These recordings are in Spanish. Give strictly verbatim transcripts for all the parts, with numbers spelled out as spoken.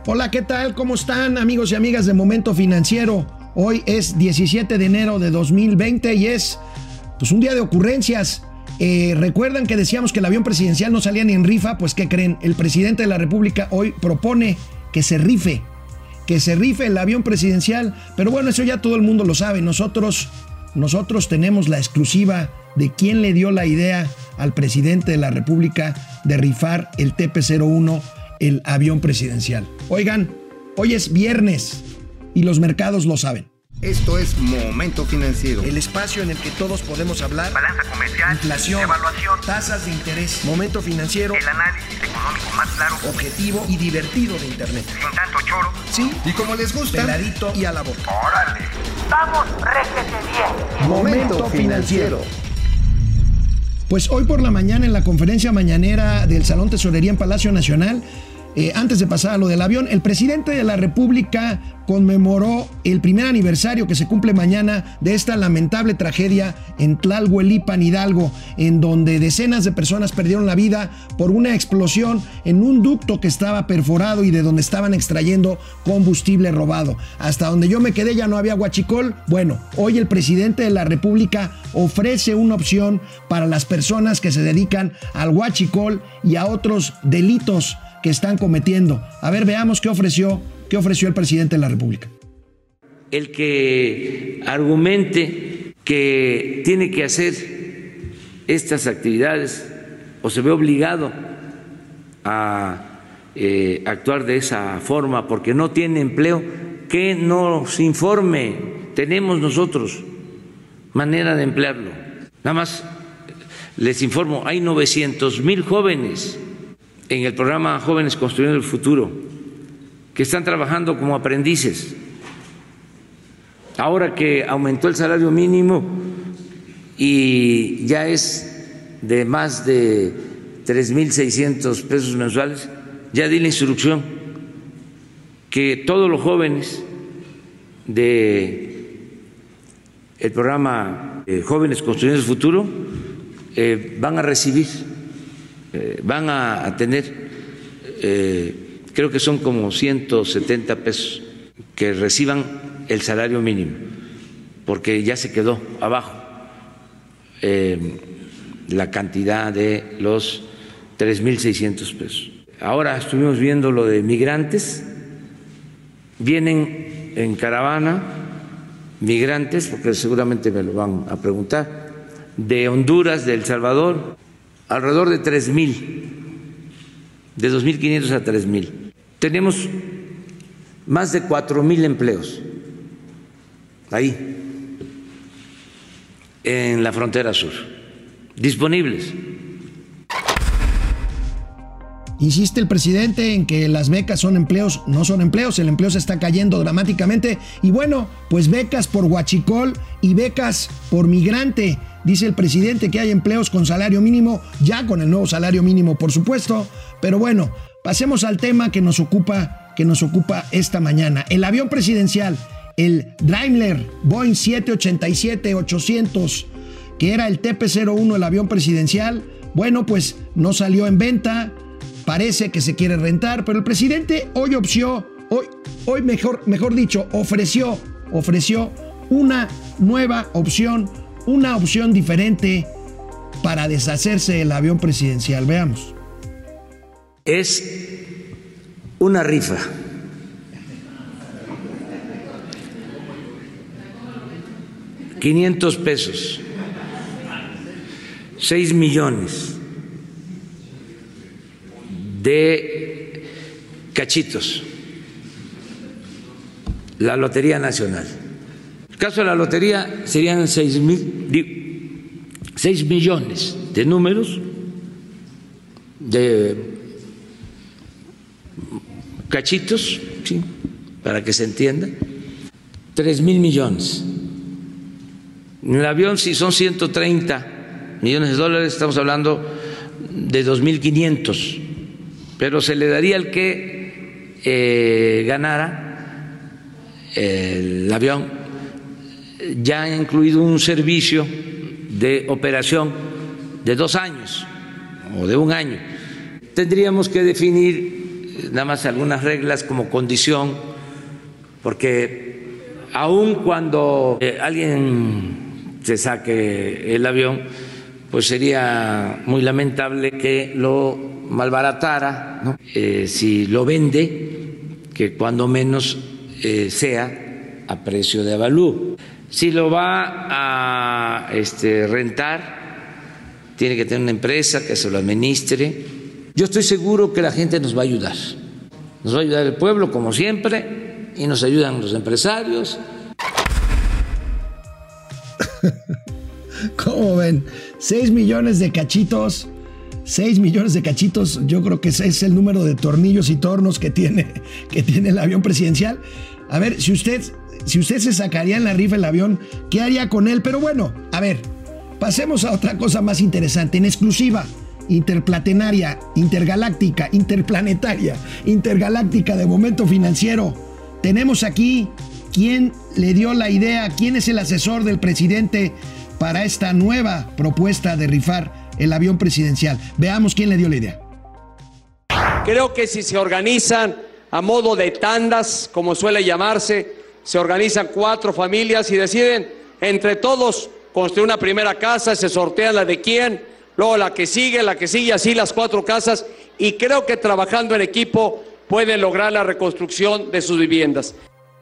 Hola, ¿qué tal? ¿Cómo están, amigos y amigas de Momento Financiero? Hoy es diecisiete de enero de dos mil veinte y es pues un día de ocurrencias. Eh, ¿Recuerdan que decíamos que el avión presidencial no salía ni en rifa? Pues ¿qué creen? El presidente de la República hoy propone que se rife, que se rife el avión presidencial. Pero bueno, eso ya todo el mundo lo sabe. Nosotros, nosotros tenemos la exclusiva de quién le dio la idea al presidente de la República de rifar el T P cero uno, el avión presidencial. Oigan, hoy es viernes y los mercados lo saben. Esto es Momento Financiero. El espacio en el que todos podemos hablar. Balanza comercial, inflación, evaluación, tasas de interés. Momento Financiero. El análisis económico más claro, objetivo y divertido de Internet. sin tanto choro. Sí, Y como les gusta, peladito y a la boca. ¡Órale! ¡Vamos, réjete bien! Momento Financiero. Pues hoy por la mañana en la conferencia mañanera del Salón Tesorería en Palacio Nacional, eh, antes de pasar a lo del avión, el presidente de la República conmemoró el primer aniversario que se cumple mañana de esta lamentable tragedia en Tlalhuelipan, Hidalgo, en donde decenas de personas perdieron la vida por una explosión en un ducto que estaba perforado y de donde estaban extrayendo combustible robado. Hasta donde yo me quedé ya no había huachicol. Bueno, hoy el presidente de la República ofrece una opción para las personas que se dedican al huachicol y a otros delitos que están cometiendo. A ver, veamos qué ofreció, qué ofreció el presidente de la República. El que argumente que tiene que hacer estas actividades o se ve obligado a eh, actuar de esa forma porque no tiene empleo, que nos informe. Tenemos nosotros manera de emplearlo. Nada más les informo, hay novecientos mil jóvenes en el programa Jóvenes Construyendo el Futuro que están trabajando como aprendices. Ahora que aumentó el salario mínimo y ya es de más de tres mil seiscientos pesos mensuales, ya di la instrucción que todos los jóvenes de el programa eh, Jóvenes Construyendo el Futuro eh, van a recibir, eh, van a, a tener, eh, creo que son como ciento setenta pesos que reciban el salario mínimo, porque ya se quedó abajo eh, la cantidad de los tres mil seiscientos pesos. Ahora estuvimos viendo lo de migrantes, vienen en caravana migrantes, porque seguramente me lo van a preguntar, de Honduras, de El Salvador, alrededor de tres mil, de dos mil quinientos a tres mil. Tenemos más de cuatro mil empleos ahí, en la frontera sur, disponibles. Insiste el presidente en que las becas son empleos, no son empleos, el empleo se está cayendo dramáticamente y bueno, pues becas por huachicol y becas por migrante. Dice el presidente que hay empleos con salario mínimo, ya con el nuevo salario mínimo por supuesto, pero bueno, pasemos al tema que nos ocupa, que nos ocupa esta mañana. El avión presidencial, el Daimler Boeing siete ochenta y siete ochocientos, que era el T P cero uno, el avión presidencial, bueno, pues no salió en venta. Parece que se quiere rentar, pero el presidente hoy opció, hoy, hoy mejor, mejor dicho, ofreció, ofreció una nueva opción, una opción diferente para deshacerse del avión presidencial. Veamos. Es una rifa. quinientos pesos, seis millones de cachitos, la Lotería Nacional. En el caso de la lotería serían seis mil, seis millones de números de cachitos, ¿sí? Para que se entienda, tres mil millones. En el avión, si son ciento treinta millones de dólares, estamos hablando de dos mil quinientos. Pero se le daría al que eh, ganara el avión, ya ha incluido un servicio de operación de dos años o de un año. Tendríamos que definir nada más algunas reglas como condición, porque aun cuando eh, alguien se saque el avión, pues sería muy lamentable que lo malbaratara, ¿no? Eh, si lo vende, que cuando menos eh, sea a precio de avalúo. Si lo va a este, rentar, tiene que tener una empresa que se lo administre. Yo estoy seguro que la gente nos va a ayudar. Nos va a ayudar el pueblo, como siempre, y nos ayudan los empresarios. ¿Cómo ven? Seis millones de cachitos. Seis millones de cachitos. Yo creo que ese es el número de tornillos y tornos que tiene, que tiene el avión presidencial. A ver, si usted, si usted se sacaría en la rifa el avión, ¿qué haría con él? Pero bueno, a ver, pasemos a otra cosa más interesante. En exclusiva, interplanetaria, intergaláctica, interplanetaria, intergaláctica de Momento Financiero. Tenemos aquí quién le dio la idea, quién es el asesor del presidente para esta nueva propuesta de rifar el avión presidencial. Veamos quién le dio la idea. Creo que si se organizan a modo de tandas, como suele llamarse, se organizan cuatro familias y deciden entre todos construir una primera casa, se sortea la de quién, luego la que sigue, la que sigue, así las cuatro casas, y creo que trabajando en equipo pueden lograr la reconstrucción de sus viviendas.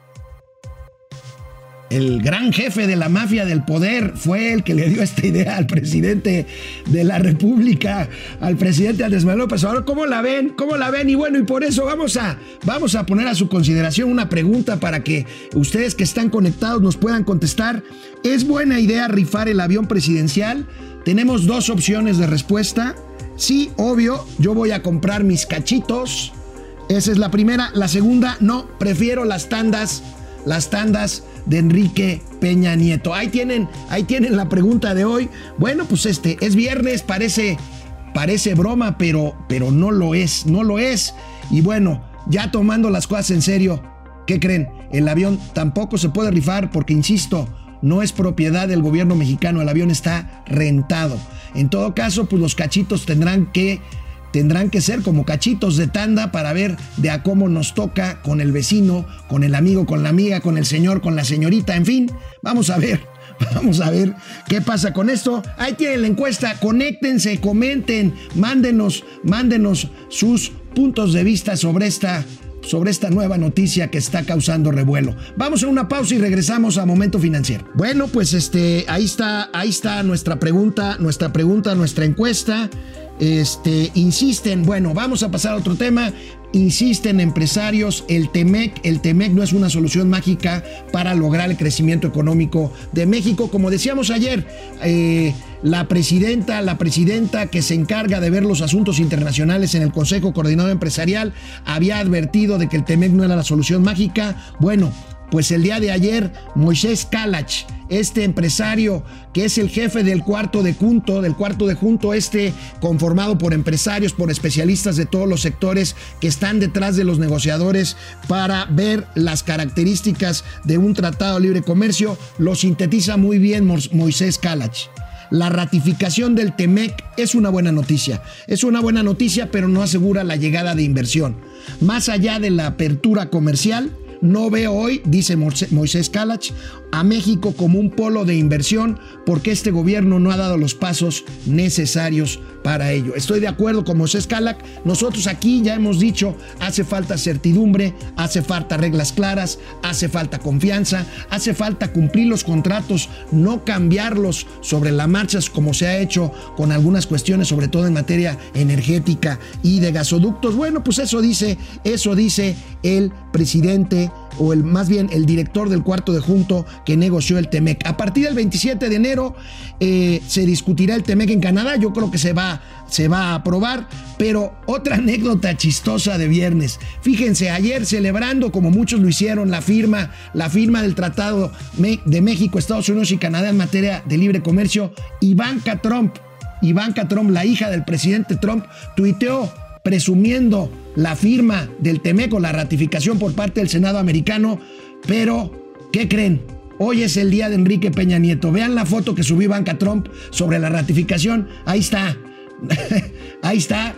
El gran jefe de la mafia del poder fue el que le dio esta idea al presidente de la República, al presidente Andrés Manuel López Obrador. ¿Cómo la ven? ¿Cómo la ven? Y bueno, y por eso vamos a, vamos a poner a su consideración una pregunta para que ustedes que están conectados nos puedan contestar. ¿Es buena idea rifar el avión presidencial? Tenemos dos opciones de respuesta. Sí, obvio, yo voy a comprar mis cachitos. Esa es la primera. La segunda, no, prefiero las tandas, las tandas de Enrique Peña Nieto. Ahí tienen, ahí tienen la pregunta de hoy. Bueno, pues este es viernes, parece, parece broma, pero, pero no lo es, no lo es. Y bueno, ya tomando las cosas en serio, ¿qué creen? El avión tampoco se puede rifar porque, insisto, no es propiedad del gobierno mexicano, el avión está rentado. En todo caso, pues los cachitos tendrán que Tendrán que ser como cachitos de tanda para ver de a cómo nos toca con el vecino, con el amigo, con la amiga, con el señor, con la señorita, en fin. Vamos a ver, vamos a ver qué pasa con esto. Ahí tienen la encuesta, conéctense, comenten, mándenos, mándenos sus puntos de vista sobre esta, sobre esta nueva noticia que está causando revuelo. Vamos a una pausa y regresamos a Momento Financiero. Bueno, pues este, ahí está, ahí está nuestra pregunta, nuestra pregunta, nuestra encuesta. Este, insisten, bueno, vamos a pasar a otro tema. Insisten empresarios, el TEMEC, el TEMEC no es una solución mágica para lograr el crecimiento económico de México. Como decíamos ayer, eh, la presidenta, la presidenta que se encarga de ver los asuntos internacionales en el Consejo Coordinador Empresarial había advertido de que el TEMEC no era la solución mágica. Bueno, pues el día de ayer, Moisés Kalach, este empresario que es el jefe del cuarto de junto, del cuarto de junto este conformado por empresarios, por especialistas de todos los sectores que están detrás de los negociadores para ver las características de un tratado de libre comercio, lo sintetiza muy bien Moisés Kalach. La ratificación del TEMEC es una buena noticia. Es una buena noticia, pero no asegura la llegada de inversión. Más allá de la apertura comercial, no veo hoy, dice Moisés Kalach, a México como un polo de inversión porque este gobierno no ha dado los pasos necesarios para ello. Estoy de acuerdo con Moisés Kalach. Nosotros aquí ya hemos dicho, hace falta certidumbre, hace falta reglas claras, hace falta confianza, hace falta cumplir los contratos, no cambiarlos sobre la marcha como se ha hecho con algunas cuestiones, sobre todo en materia energética y de gasoductos. Bueno, pues eso dice, eso dice el presidente o el más bien el director del cuarto de junto que negoció el TEMEC. A partir del veintisiete de enero eh, se discutirá el TEMEC en Canadá. Yo creo que se va, se va a aprobar. Pero otra anécdota chistosa de viernes. Fíjense, ayer celebrando, como muchos lo hicieron, la firma, la firma del Tratado de México, Estados Unidos y Canadá en materia de libre comercio, Ivanka Trump, Ivanka Trump, la hija del presidente Trump, tuiteó presumiendo la firma del TEMEC o la ratificación por parte del Senado americano, pero ¿qué creen? Hoy es el día de Enrique Peña Nieto. Vean la foto que subió Ivanka Trump sobre la ratificación. Ahí está, ahí está.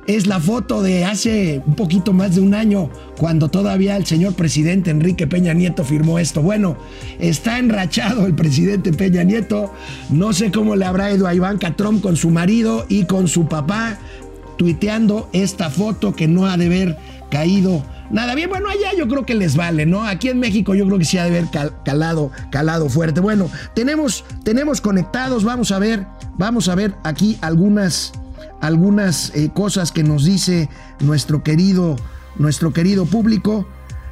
es la foto de hace un poquito más de un año, cuando todavía el señor presidente Enrique Peña Nieto firmó esto. Bueno, está enrachado el presidente Peña Nieto. No sé cómo le habrá ido a Ivanka Trump con su marido y con su papá, tuiteando esta foto que no ha de haber caído nada bien. Bueno, allá yo creo que les vale, ¿no? Aquí en México yo creo que sí ha de haber cal, calado, calado fuerte. Bueno, tenemos, tenemos conectados, vamos a ver, vamos a ver aquí algunas... algunas eh, cosas que nos dice nuestro querido, nuestro querido público.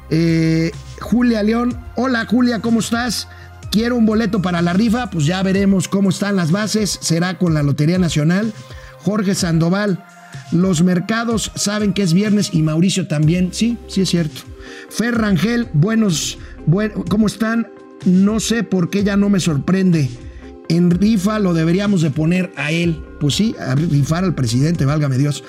Eh, Julia León, hola Julia, ¿cómo estás? Quiero un boleto para la rifa, pues ya veremos cómo están las bases, será con la Lotería Nacional. Jorge Sandoval, los mercados saben que es viernes y Mauricio también, sí, sí es cierto. Fer Rangel, buenos, buen, ¿cómo están? No sé por qué ya no me sorprende. En rifa lo deberíamos de poner a él. Pues sí, a rifar al presidente, válgame Dios.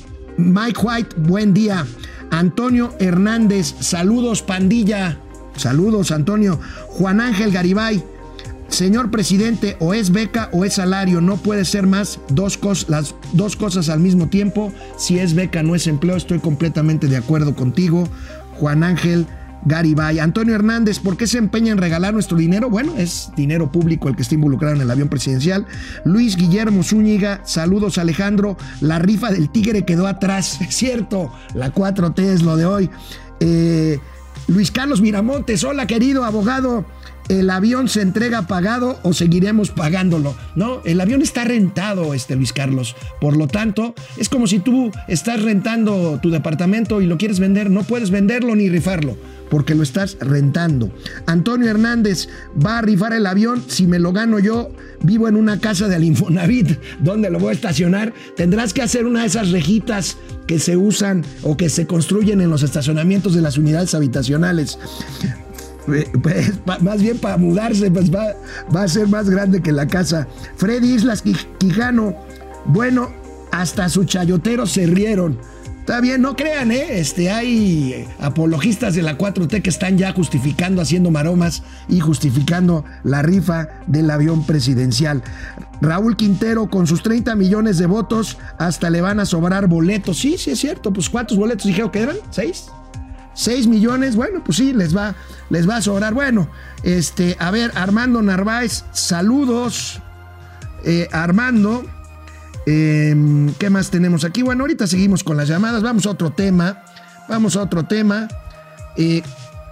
Mike White, buen día. Antonio Hernández, saludos pandilla. Saludos Antonio. Juan Ángel Garibay, señor presidente, o es beca o es salario, no puede ser más dos cosas, las dos cosas al mismo tiempo. Si es beca no es empleo, estoy completamente de acuerdo contigo, Juan Ángel Garibay. Antonio Hernández, ¿por qué se empeña en regalar nuestro dinero? Bueno, es dinero público el que está involucrado en el avión presidencial. Luis Guillermo Zúñiga, saludos Alejandro, la rifa del tigre quedó atrás, es cierto, la cuatro T es lo de hoy. Eh, Luis Carlos Miramontes, hola querido abogado, ¿el avión se entrega pagado o seguiremos pagándolo? No, el avión está rentado, este Luis Carlos. Por lo tanto, es como si tú estás rentando tu departamento y lo quieres vender. No puedes venderlo ni rifarlo, porque lo estás rentando. Antonio Hernández, va a rifar el avión. Si me lo gano yo, vivo en una casa del Infonavit. ¿Dónde lo voy a estacionar? Tendrás que hacer una de esas rejitas que se usan o que se construyen en los estacionamientos de las unidades habitacionales. Pues, más bien para mudarse, pues va, va a ser más grande que la casa. Freddy Islas Quijano, bueno, hasta sus chayoteros se rieron. Está bien, no crean, ¿eh? Este, hay apologistas de la cuatro T que están ya justificando, haciendo maromas y justificando la rifa del avión presidencial. Raúl Quintero, con sus treinta millones de votos, hasta le van a sobrar boletos. Sí, sí es cierto, pues ¿cuántos boletos dijeron que eran? ¿Seis? ¿Seis millones? Bueno, pues sí, les va, les va a sobrar. Bueno, este, a ver, Armando Narváez, saludos. Eh, Armando, eh, ¿qué más tenemos aquí? Bueno, ahorita seguimos con las llamadas, vamos a otro tema, vamos a otro tema. Eh,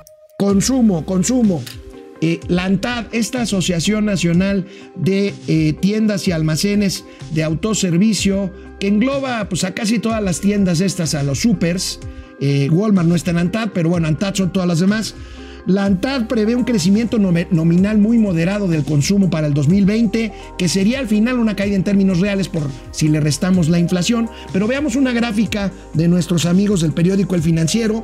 consumo, consumo. Eh, la ANTAD, esta Asociación Nacional de eh, Tiendas y Almacenes de Autoservicio, que engloba pues a casi todas las tiendas estas, a los supers. Eh, Walmart no está en ANTAD, pero bueno, ANTAD son todas las demás. La ANTAD prevé un crecimiento nominal muy moderado del consumo para el dos mil veinte, que sería al final una caída en términos reales por si le restamos la inflación. Pero veamos una gráfica de nuestros amigos del periódico El Financiero,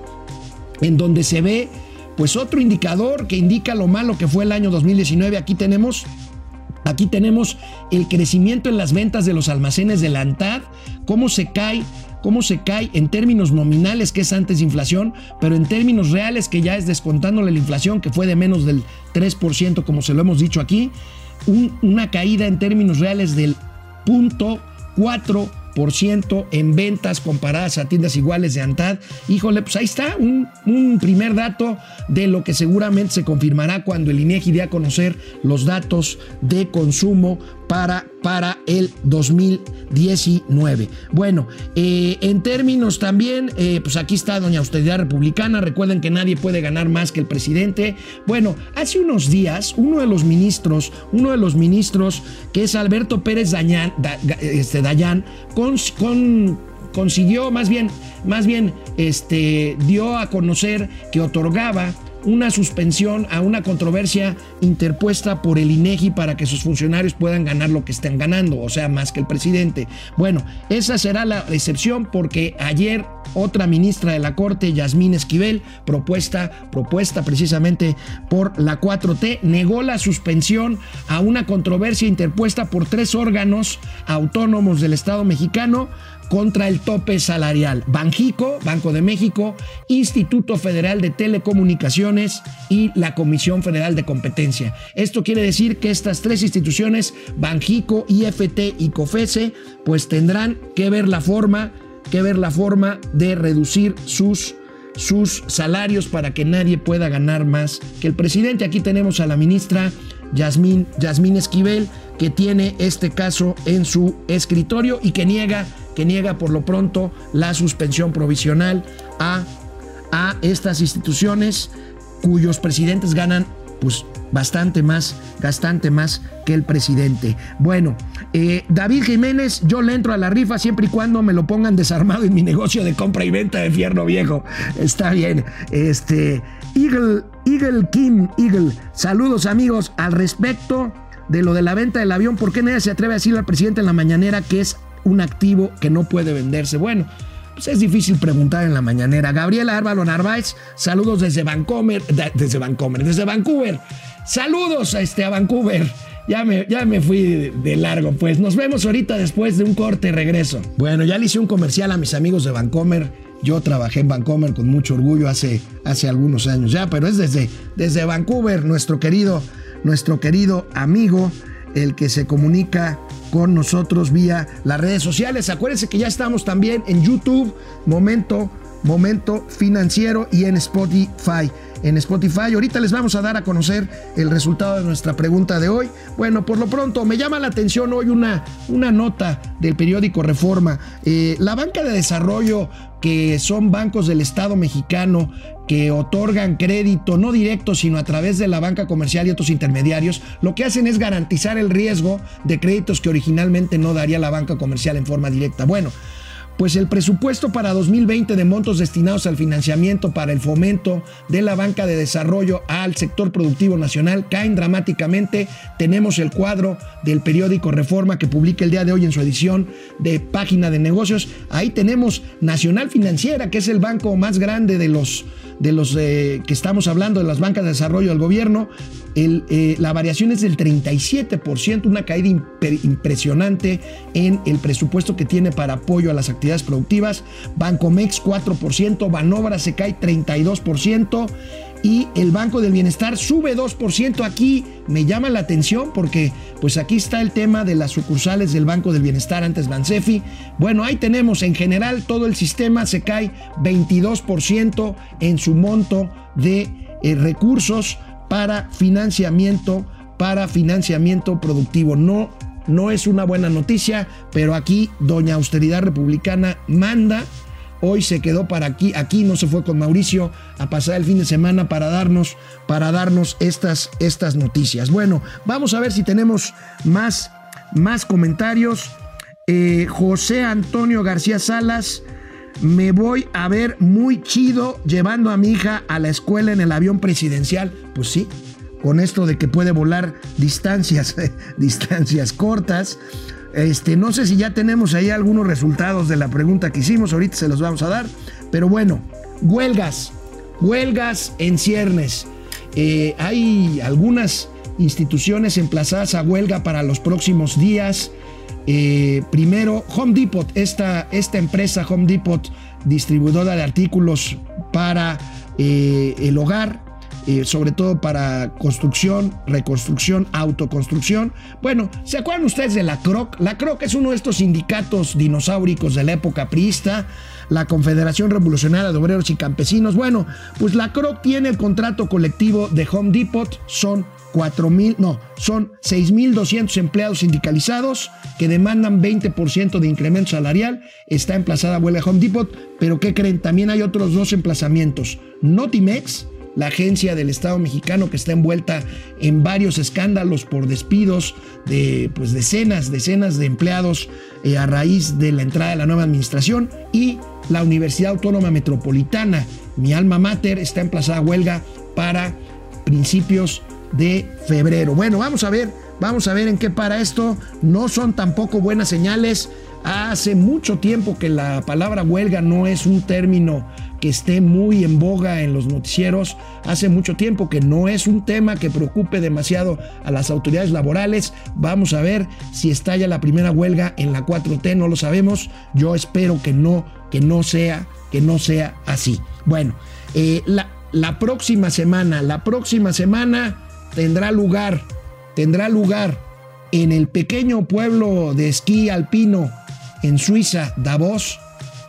en donde se ve pues otro indicador que indica lo malo que fue el año dos mil diecinueve. Aquí tenemos Aquí tenemos el crecimiento en las ventas de los almacenes de la ANTAD, cómo se cae, cómo se cae en términos nominales, que es antes de inflación, pero en términos reales, que ya es descontándole la inflación, que fue de menos del tres por ciento, como se lo hemos dicho aquí, un, una caída en términos reales del cero punto cuatro por ciento en ventas comparadas a tiendas iguales de ANTAD. Híjole, pues ahí está un, un primer dato de lo que seguramente se confirmará cuando el INEGI dé a conocer los datos de consumo para, para el dos mil diecinueve. Bueno, eh, en términos también, eh, pues aquí está Doña Austeridad Republicana. Recuerden que nadie puede ganar más que el presidente. Bueno, hace unos días, uno de los ministros, uno de los ministros, que es Alberto Pérez Dayán, da, este, Dayán, con, con consiguió, más bien, más bien, este, dio a conocer que otorgaba una suspensión a una controversia interpuesta por el INEGI para que sus funcionarios puedan ganar lo que estén ganando, o sea, más que el presidente. Bueno, esa será la excepción, porque ayer otra ministra de la Corte, Yasmín Esquivel, propuesta, propuesta precisamente por la cuatro T, negó la suspensión a una controversia interpuesta por tres órganos autónomos del Estado mexicano contra el tope salarial: Banjico, Banco de México, Instituto Federal de Telecomunicaciones y la Comisión Federal de Competencia. Esto quiere decir que estas tres instituciones, Banjico, I F T y COFESE, pues tendrán que ver la forma que ver la forma de reducir sus, sus salarios para que nadie pueda ganar más que el presidente. Aquí tenemos a la ministra Yasmín, Yasmín Esquivel, que tiene este caso en su escritorio y que niega, que niega por lo pronto la suspensión provisional a, a estas instituciones cuyos presidentes ganan pues bastante más, bastante más que el presidente. Bueno, eh, David Jiménez, yo le entro a la rifa siempre y cuando me lo pongan desarmado en mi negocio de compra y venta de fierro viejo. Está bien. Este, Eagle, Eagle Kim, Eagle, saludos amigos. Al respecto de lo de la venta del avión, ¿por qué nadie se atreve a decirle al presidente en la mañanera que es un activo que no puede venderse? Bueno, pues es difícil preguntar en la mañanera. Gabriela Árvalo Narváez, saludos desde Vancouver, desde Vancouver, desde Vancouver. Saludos a, este, a Vancouver. Ya me, ya me fui de, de largo, pues. Nos vemos ahorita después de un corte y regreso. Bueno, ya le hice un comercial a mis amigos de Vancouver. Yo trabajé en Vancouver con mucho orgullo hace, hace algunos años ya, pero es desde, desde Vancouver, nuestro querido, nuestro querido amigo, el que se comunica con nosotros vía las redes sociales. Acuérdense que ya estamos también en YouTube, Momento, Momento Financiero, y en Spotify. En Spotify, ahorita les vamos a dar a conocer el resultado de nuestra pregunta de hoy. Bueno, por lo pronto, me llama la atención hoy una, una nota del periódico Reforma. Eh, la banca de desarrollo, que son bancos del Estado mexicano que otorgan crédito no directo, sino a través de la banca comercial y otros intermediarios, lo que hacen es garantizar el riesgo de créditos que originalmente no daría la banca comercial en forma directa. Bueno, pues el presupuesto para dos mil veinte de montos destinados al financiamiento para el fomento de la banca de desarrollo al sector productivo nacional caen dramáticamente. Tenemos el cuadro del periódico Reforma que publica el día de hoy en su edición de Página de Negocios. Ahí tenemos Nacional Financiera, que es el banco más grande de los, de los eh, que estamos hablando, de las bancas de desarrollo del gobierno. El, eh, la variación es del treinta y siete por ciento, una caída imp- impresionante en el presupuesto que tiene para apoyo a las actividades productivas. Bancomex cuatro por ciento, Banobra se cae treinta y dos por ciento y el Banco del Bienestar sube dos por ciento. Aquí me llama la atención porque pues aquí está el tema de las sucursales del Banco del Bienestar, antes Bansefi. Bueno, ahí tenemos en general todo el sistema se cae veintidós por ciento en su monto de eh, recursos para financiamiento, para financiamiento productivo. No, no es una buena noticia, pero aquí doña Austeridad Republicana manda. Hoy se quedó para aquí, aquí no se fue con Mauricio a pasar el fin de semana para darnos, para darnos estas, estas noticias. Bueno, vamos a ver si tenemos más, más comentarios. Eh, José Antonio García Salas, me voy a ver muy chido llevando a mi hija a la escuela en el avión presidencial. Pues sí, con esto de que puede volar distancias, distancias cortas. Este, no sé si ya tenemos ahí algunos resultados de la pregunta que hicimos, ahorita se los vamos a dar. Pero bueno, huelgas, huelgas en ciernes. Eh, hay algunas instituciones emplazadas a huelga para los próximos días. Eh, primero, Home Depot, esta, esta empresa Home Depot, distribuidora de artículos para eh, el hogar, eh, sobre todo para construcción, reconstrucción, autoconstrucción. Bueno, ¿se acuerdan ustedes de la C R O C? La C R O C es uno de estos sindicatos dinosauricos de la época priista, la Confederación Revolucionaria de Obreros y Campesinos. Bueno, pues la C R O C tiene el contrato colectivo de Home Depot, son cuatro mil, no, son seis mil doscientos empleados sindicalizados que demandan veinte por ciento de incremento salarial. Está emplazada huelga Home Depot, pero ¿qué creen? También hay otros dos emplazamientos. Notimex, la agencia del Estado mexicano que está envuelta en varios escándalos por despidos de pues decenas, decenas de empleados eh, a raíz de la entrada de la nueva administración, y la Universidad Autónoma Metropolitana, mi alma mater, está emplazada a huelga para principios de febrero. Bueno, vamos a ver, vamos a ver en qué para esto. No son tampoco buenas señales. Hace mucho tiempo que la palabra huelga no es un término que esté muy en boga en los noticieros. Hace mucho tiempo que no es un tema que preocupe demasiado a las autoridades laborales. Vamos a ver si estalla la primera huelga en la cuatro T, no lo sabemos. Yo espero que no, que no sea, que no sea así. Bueno, eh, la, la próxima semana, la próxima semana tendrá lugar, tendrá lugar en el pequeño pueblo de esquí alpino en Suiza, Davos,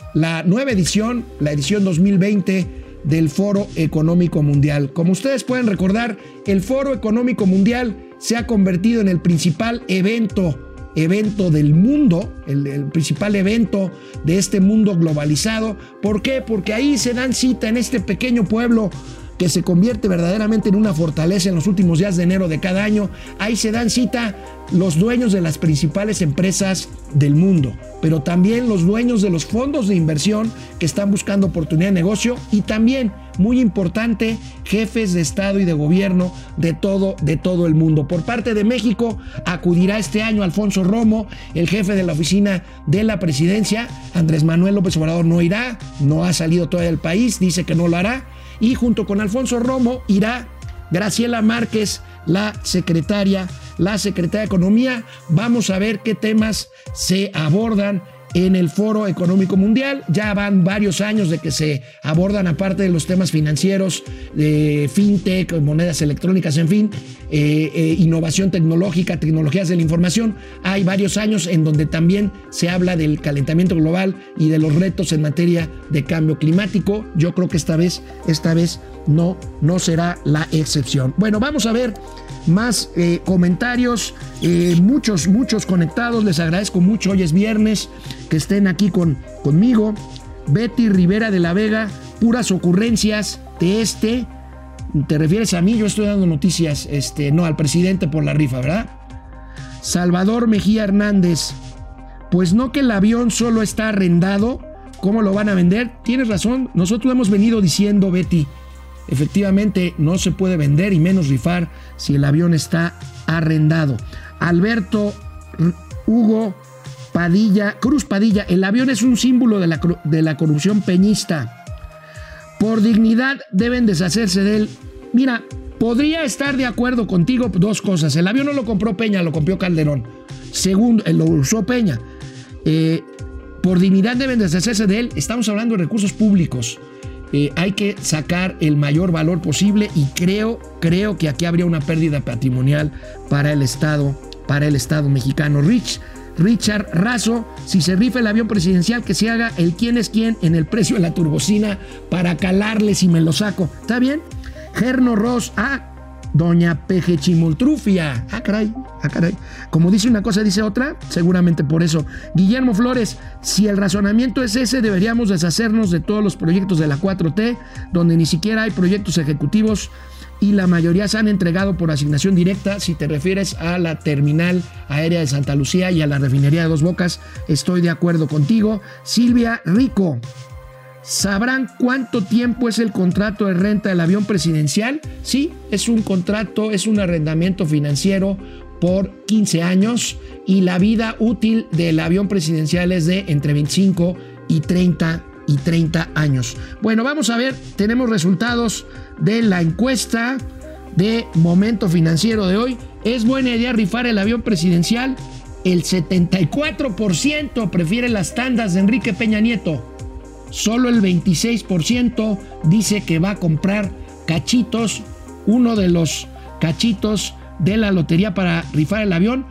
la nueva edición, la edición dos mil veinte del Foro Económico Mundial. Como ustedes pueden recordar, el Foro Económico Mundial se ha convertido en el principal evento evento del mundo, el, el principal evento de este mundo globalizado. ¿Por qué? Porque ahí se dan cita en este pequeño pueblo que se convierte verdaderamente en una fortaleza en los últimos días de enero de cada año. Ahí se dan cita los dueños de las principales empresas del mundo, pero también los dueños de los fondos de inversión que están buscando oportunidad de negocio, y también, muy importante, jefes de Estado y de gobierno de todo, de todo el mundo. Por parte de México acudirá este año Alfonso Romo, el jefe de la oficina de la presidencia. Andrés Manuel López Obrador no irá, no ha salido todavía del país, dice que no lo hará. Y junto con Alfonso Romo irá Graciela Márquez, la secretaria, la secretaria de Economía. Vamos a ver qué temas se abordan en el Foro Económico Mundial. Ya van varios años de que se abordan, aparte de los temas financieros, de fintech, monedas electrónicas, en fin, eh, eh, innovación tecnológica, tecnologías de la información. Hay varios años en donde también se habla del calentamiento global y de los retos en materia de cambio climático. Yo creo que esta vez, esta vez no, no será la excepción. Bueno, vamos a ver más eh, comentarios, eh, muchos, muchos conectados. Les agradezco mucho. Hoy es viernes, que estén aquí con, conmigo. Betty Rivera de la Vega, puras ocurrencias de este. ¿Te refieres a mí? Yo estoy dando noticias, este, no, al presidente por la rifa, ¿verdad? Salvador Mejía Hernández, pues no, que el avión solo está arrendado, ¿cómo lo van a vender? Tienes razón, nosotros hemos venido diciendo, Betty, efectivamente no se puede vender y menos rifar si el avión está arrendado. Alberto Hugo Padilla, Cruz Padilla, el avión es un símbolo de la, de la corrupción peñista. Por dignidad deben deshacerse de él. Mira, podría estar de acuerdo contigo dos cosas. El avión no lo compró Peña, lo compró Calderón. Segundo, lo usó Peña. Eh, por dignidad deben deshacerse de él. Estamos hablando de recursos públicos. Eh, hay que sacar el mayor valor posible y creo, creo que aquí habría una pérdida patrimonial para el Estado, para el Estado mexicano. Rich, Richard Razo, si se rifa el avión presidencial, que se haga el quién es quién en el precio de la turbocina para calarle si me lo saco. ¿Está bien? Gerno Ross, ah, doña Pejechimoltrufia. Ah, caray, ah, caray. Como dice una cosa, dice otra, seguramente por eso. Guillermo Flores, si el razonamiento es ese, deberíamos deshacernos de todos los proyectos de la cuatro T, donde ni siquiera hay proyectos ejecutivos y la mayoría se han entregado por asignación directa. Si te refieres a la terminal aérea de Santa Lucía y a la refinería de Dos Bocas, estoy de acuerdo contigo. Silvia Rico, ¿sabrán cuánto tiempo es el contrato de renta del avión presidencial? Sí, es un contrato, es un arrendamiento financiero por quince años y la vida útil del avión presidencial es de entre veinticinco y treinta y treinta años. Bueno, vamos a ver, tenemos resultados de la encuesta de Momento Financiero de hoy. ¿Es buena idea rifar el avión presidencial? El setenta y cuatro por ciento prefiere las tandas de Enrique Peña Nieto. Solo el veintiséis por ciento dice que va a comprar cachitos, uno de los cachitos de la lotería para rifar el avión.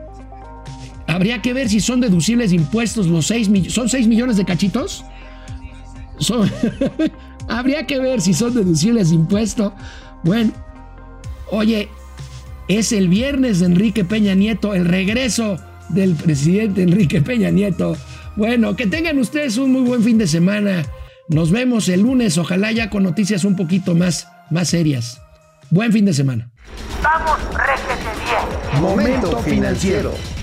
Habría que ver si son deducibles de impuestos los seis millones. ¿Son seis millones de cachitos? Son... Habría que ver si son deducibles de impuesto. Bueno, oye, es el viernes de Enrique Peña Nieto, el regreso del presidente Enrique Peña Nieto. Bueno, que tengan ustedes un muy buen fin de semana. Nos vemos el lunes, ojalá ya con noticias un poquito más, más serias. Buen fin de semana. Vamos, réjete bien. Momento Financiero.